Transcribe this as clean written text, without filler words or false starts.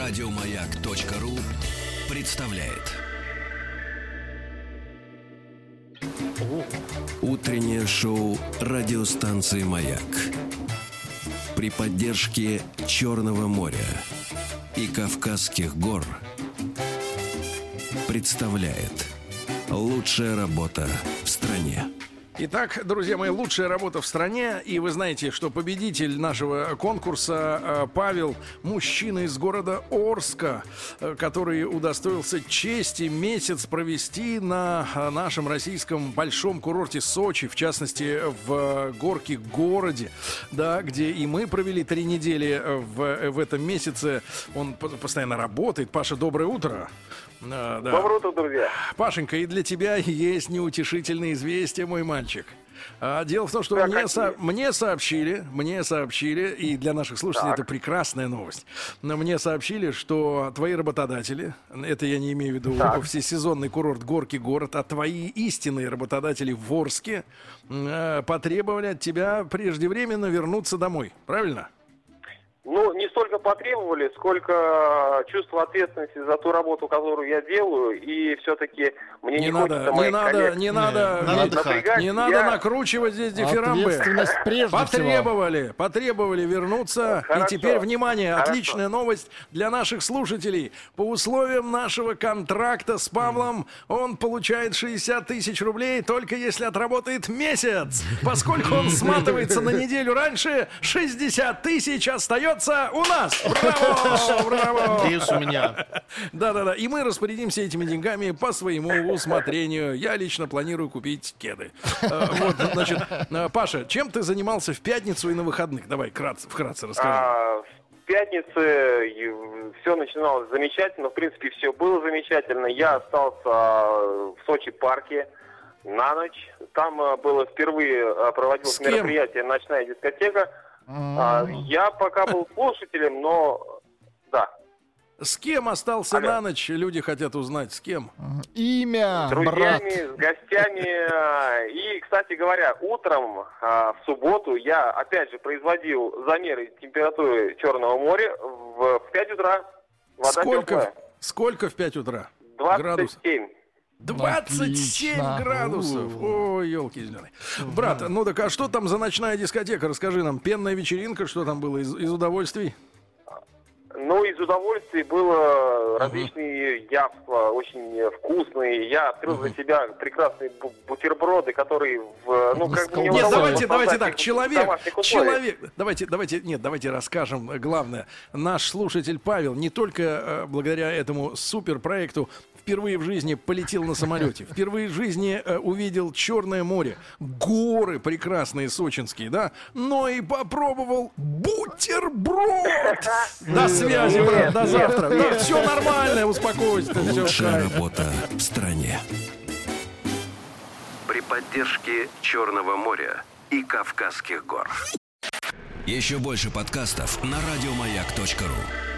Радиомаяк.ру представляет утреннее шоу радиостанции «Маяк» при поддержке Черного моря и Кавказских гор представляет лучшая работа в стране. Итак, друзья мои, лучшая работа в стране. И вы знаете, что победитель нашего конкурса Павел, мужчина из города Орска, который удостоился чести месяц провести на нашем российском большом курорте Сочи, в частности, в Горки-городе, да, где и мы провели 3 недели в этом месяце. Он постоянно работает. Паша, доброе утро. Да. Доброе утро, друзья. Pашенька, и для тебя есть неутешительные известия, мой мальчик. Дело в том, что мне сообщили, и для наших слушателей это прекрасная новость, но мне сообщили, что твои работодатели, это я не имею в виду всесезонный курорт Горки-город, а твои истинные работодатели в Орске потребовали от тебя преждевременно вернуться домой, правильно? Ну, не столько потребовали, сколько чувство ответственности за ту работу, которую я делаю, и все-таки мне не хочется моих коллег напрягать. Не надо накручивать здесь дифирамбы. Потребовали вернуться. Хорошо. И теперь, внимание, отличная новость для наших слушателей. По условиям нашего контракта с Павлом он получает 60 тысяч рублей, только если отработает месяц. Поскольку он сматывается на неделю раньше, 60 тысяч остается у нас. Браво! Браво! Плюс у меня. Да-да-да. И мы распорядимся этими деньгами по своему усмотрению. Я лично планирую купить кеды. Вот, значит, Паша, чем ты занимался в пятницу и на выходных? Давай вкратце расскажи. В пятницу все начиналось замечательно. В принципе, все было замечательно. Я остался в Сочи парке на ночь. Там было впервые проводилось мероприятие «Ночная дискотека». Я пока был слушателем, но да. С кем остался на ночь? Люди хотят узнать, с кем. Имя, с друзьями, с гостями. И, кстати говоря, утром в субботу я опять же производил замеры температуры Черного моря в 5 утра. Вода теплая. Сколько в 5 утра? 27. 27 градусов. Ой, елки зеленые. Брат, ну так а что там за ночная дискотека? Расскажи нам. Пенная вечеринка, что там было из удовольствий? Ну, из удовольствий было различные явства, очень вкусные. Я открыл для себя прекрасные бутерброды, которые Нет, давайте так, давайте расскажем главное. Наш слушатель Павел не только благодаря этому суперпроекту впервые в жизни полетел на самолете, впервые в жизни увидел Черное море, горы прекрасные сочинские, да, но и попробовал бутерброд. До связи, брат, до завтра. Да, все нормально, успокойся. Лучшая работа в стране. При поддержке Черного моря и Кавказских гор. Еще больше подкастов на радиомаяк.ру.